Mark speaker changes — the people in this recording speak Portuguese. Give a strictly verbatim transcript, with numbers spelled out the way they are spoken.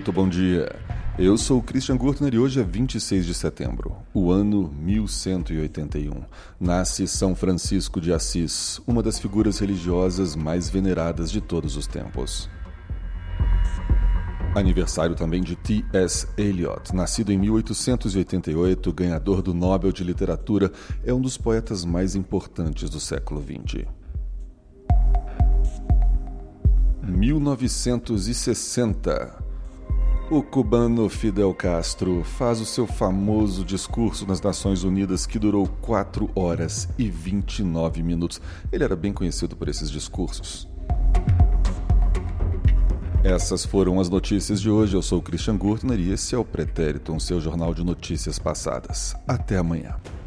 Speaker 1: muito bom dia. Eu sou o Christian Gurtner e hoje é vinte e seis de setembro, o ano mil cento e oitenta e um. Nasce São Francisco de Assis, uma das figuras religiosas mais veneradas de todos os tempos. Aniversário também de T S Eliot, nascido em mil oitocentos e oitenta e oito, ganhador do Nobel de Literatura, é um dos poetas mais importantes do século vinte. mil novecentos e sessenta. O cubano Fidel Castro faz o seu famoso discurso nas Nações Unidas que durou quatro horas e vinte e nove minutos. Ele era bem conhecido por esses discursos. Essas foram as notícias de hoje. Eu sou o Christian Gurtner e esse é o Pretérito, um seu jornal de notícias passadas. Até amanhã.